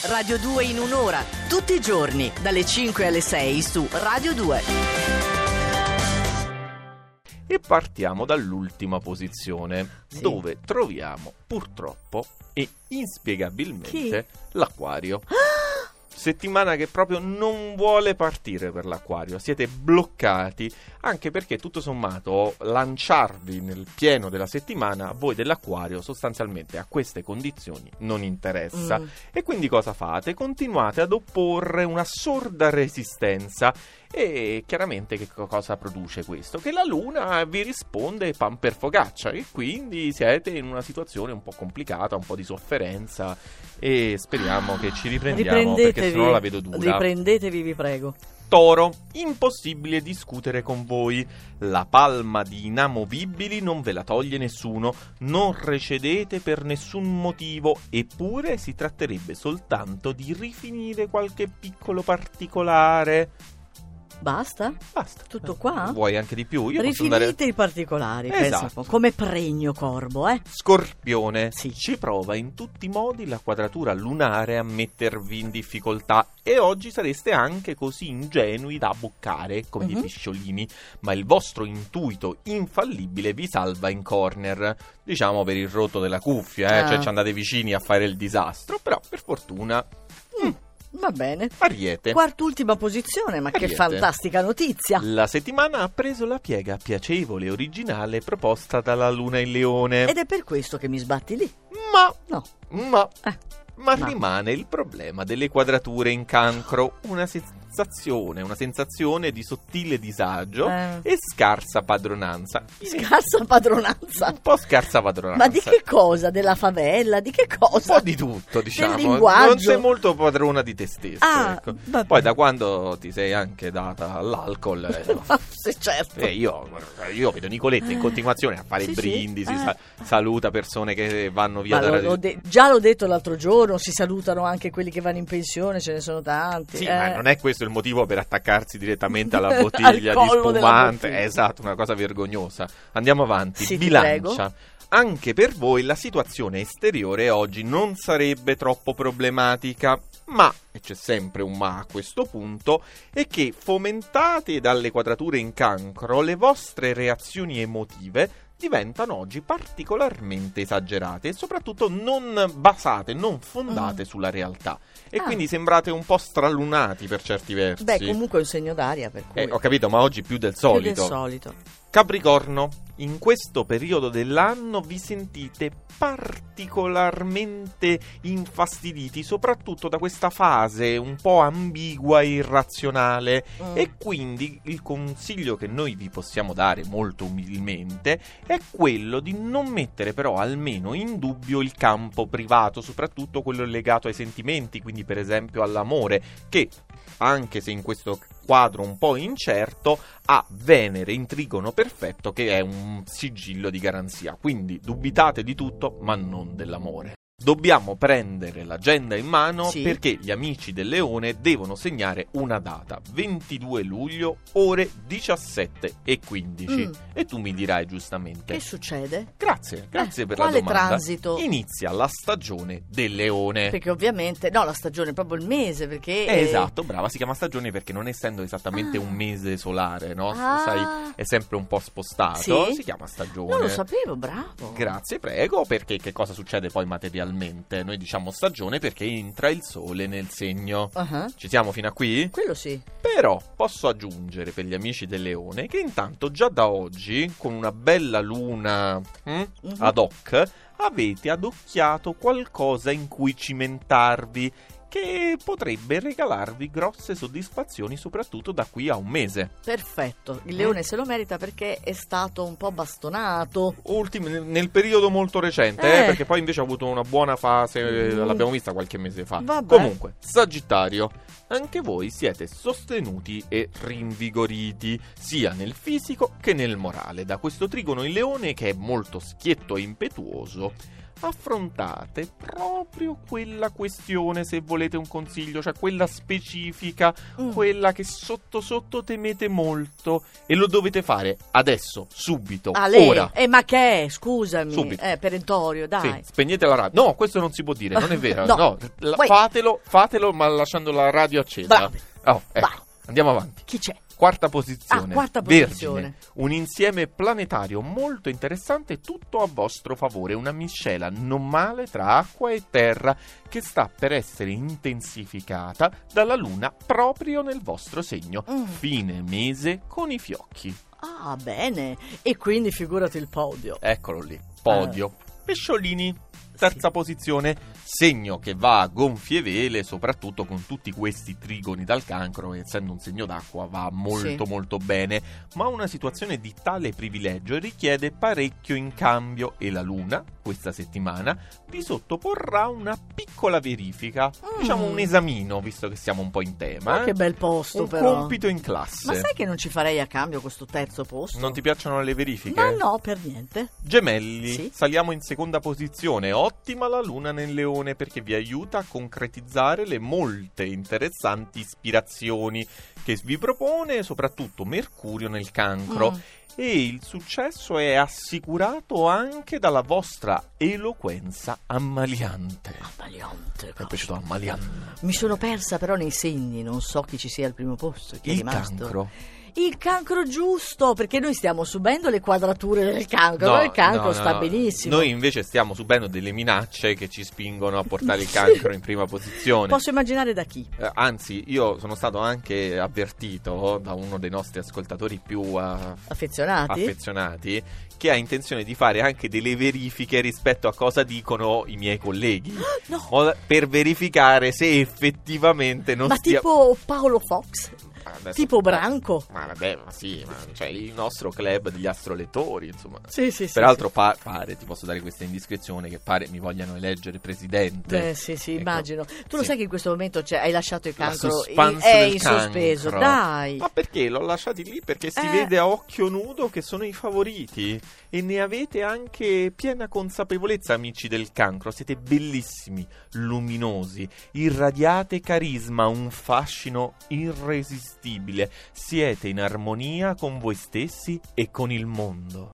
Radio 2 in un'ora, tutti i giorni, dalle 5 alle 6 su Radio 2. E partiamo dall'ultima posizione, dove troviamo purtroppo e inspiegabilmente l'acquario. Settimana che proprio non vuole partire per l'acquario, siete bloccati, anche perché tutto sommato lanciarvi nel pieno della settimana a voi dell'acquario sostanzialmente a queste condizioni non interessa. E quindi cosa fate? Continuate ad opporre una sorda resistenza. E chiaramente che cosa produce questo? Che la luna vi risponde pan per focaccia e quindi siete in una situazione un po' complicata, un po' di sofferenza e speriamo che ci riprendiamo, perché sennò la vedo dura. Riprendetevi, vi prego. Toro, impossibile discutere con voi. La palma di inamovibili non ve la toglie nessuno, non recedete per nessun motivo, eppure si tratterebbe soltanto di rifinire qualche piccolo particolare. Basta? Basta. Tutto qua? Vuoi anche di più? Io Rifinite i particolari, esatto. Pensa, come pregno corbo, Scorpione, sì. Ci prova in tutti i modi la quadratura lunare a mettervi in difficoltà e oggi sareste anche così ingenui da abboccare come dei pesciolini, ma il vostro intuito infallibile vi salva in corner, diciamo per il rotto della cuffia, cioè ci andate vicini a fare il disastro, però per fortuna... Va bene. Ariete. Quart'ultima posizione, ma Ariete. che fantastica notizia. La settimana ha preso la piega piacevole e originale proposta dalla Luna in Leone. Ed è per questo che mi sbatti lì. Ma rimane il problema delle quadrature in Cancro, una sensazione di sottile disagio e scarsa padronanza. Scarsa padronanza? Un po' scarsa padronanza. Ma di che cosa? Della favela? Di che cosa? Un po' di tutto, diciamo. Del linguaggio. Non sei molto padrona di te stesso. Ecco. Poi da quando ti sei anche data all'alcol... Sì, certo. Io vedo Nicoletta in continuazione a fare brindisi, saluta persone che vanno via già l'ho detto l'altro giorno, si salutano anche quelli che vanno in pensione, ce ne sono tanti. Sì, ma non è questo il motivo per attaccarsi direttamente alla bottiglia di spumante. Esatto, una cosa vergognosa. Andiamo avanti. Sì, Bilancia. Anche per voi la situazione esteriore oggi non sarebbe troppo problematica, ma, e c'è sempre un ma a questo punto, è che fomentate dalle quadrature in Cancro le vostre reazioni emotive diventano oggi particolarmente esagerate e soprattutto non basate, non fondate sulla realtà. E quindi sembrate un po' stralunati per certi versi. Beh, comunque è un segno d'aria, per cui... Ho capito, ma oggi più del solito. Più del solito. Capricorno, in questo periodo dell'anno vi sentite particolarmente infastiditi, soprattutto da questa fase un po' ambigua e irrazionale, e quindi il consiglio che noi vi possiamo dare molto umilmente è quello di non mettere però almeno in dubbio il campo privato, soprattutto quello legato ai sentimenti, quindi per esempio all'amore, che anche se in questo quadro un po' incerto ha Venere in trigono perfetto, che è un sigillo di garanzia, quindi dubitate di tutto ma non dell'amore. Dobbiamo prendere l'agenda in mano perché gli amici del Leone devono segnare una data, 22 luglio, ore 17:15. E tu mi dirai giustamente: che succede? Grazie per la domanda. Quale transito? Inizia la stagione del Leone. Perché ovviamente, la stagione, proprio il mese, perché... Esatto, brava, si chiama stagione perché non essendo esattamente un mese solare, no? Sai, è sempre un po' spostato, si chiama stagione. Non lo sapevo, bravo. Grazie, prego, perché che cosa succede poi materialmente? Noi diciamo stagione perché entra il sole nel segno. Ci siamo fino a qui? Quello sì. Però posso aggiungere per gli amici del Leone che intanto già da oggi, con una bella luna ad hoc, avete adocchiato qualcosa in cui cimentarvi, che potrebbe regalarvi grosse soddisfazioni soprattutto da qui a un mese. Perfetto, il Leone se lo merita perché è stato un po' bastonato nel periodo molto recente, perché poi invece ha avuto una buona fase, l'abbiamo vista qualche mese fa. Comunque, Sagittario, anche voi siete sostenuti e rinvigoriti sia nel fisico che nel morale da questo trigono in Leone che è molto schietto e impetuoso. affrontate proprio quella questione, se volete un consiglio, cioè quella specifica, quella che sotto sotto temete molto, e lo dovete fare adesso, subito, ora. Ma che è? Scusami, Subito. Perentorio, dai. Sì, spegnete la radio. No, questo non si può dire, non è vero. No. Fatelo, ma lasciando la radio accesa. Bravi. Ecco, Vai. andiamo avanti. Chi c'è? Quarta posizione. Quarta posizione. Vergine, un insieme planetario molto interessante, tutto a vostro favore, una miscela non male tra acqua e terra che sta per essere intensificata dalla Luna proprio nel vostro segno. Fine mese con i fiocchi. Ah, bene. E quindi figurati il podio. Eccolo lì, podio. Pesciolini. Terza posizione, segno che va a gonfie vele, soprattutto con tutti questi trigoni dal Cancro, essendo un segno d'acqua va molto bene, ma una situazione di tale privilegio richiede parecchio in cambio, e la Luna, questa settimana, vi sottoporrà una piccola verifica, diciamo un esamino, visto che siamo un po' in tema. Ma che bel posto, un però. compito in classe. Ma sai che non ci farei a cambio questo terzo posto? Non ti piacciono le verifiche? Ma no, per niente. Gemelli, Sì. Saliamo in seconda posizione. Ottima la Luna nel Leone, perché vi aiuta a concretizzare le molte interessanti ispirazioni che vi propone soprattutto Mercurio nel Cancro. E il successo è assicurato anche dalla vostra eloquenza ammaliante. Ammaliante. Mi è piaciuto ammaliante. Mi sono persa però nei segni, non so chi ci sia al primo posto. Chi è Il rimasto. Cancro. Il Cancro, giusto, perché noi stiamo subendo le quadrature del Cancro, no, il Cancro sta benissimo. Noi invece stiamo subendo delle minacce che ci spingono a portare il Cancro in prima posizione. Posso immaginare da chi? Anzi, io sono stato anche avvertito da uno dei nostri ascoltatori più affezionati che ha intenzione di fare anche delle verifiche rispetto a cosa dicoano i miei colleghi. No. Per verificare se effettivamente non stia... tipo Paolo Fox? Adesso, tipo Branco? Ma vabbè, ma sì, cioè il nostro club degli astrolettori, insomma. Sì. Peraltro pare, ti posso dare questa indiscrezione, che pare mi vogliano eleggere presidente. Beh, sì, ecco. Immagino. Tu lo sai che in questo momento hai lasciato il Cancro è in sospeso, dai. Ma perché? L'ho lasciati lì perché si vede a occhio nudo che sono i favoriti, e ne avete anche piena consapevolezza, amici del Cancro. Siete bellissimi, luminosi, irradiate carisma, un fascino irresistibile. Siete in armonia con voi stessi e con il mondo.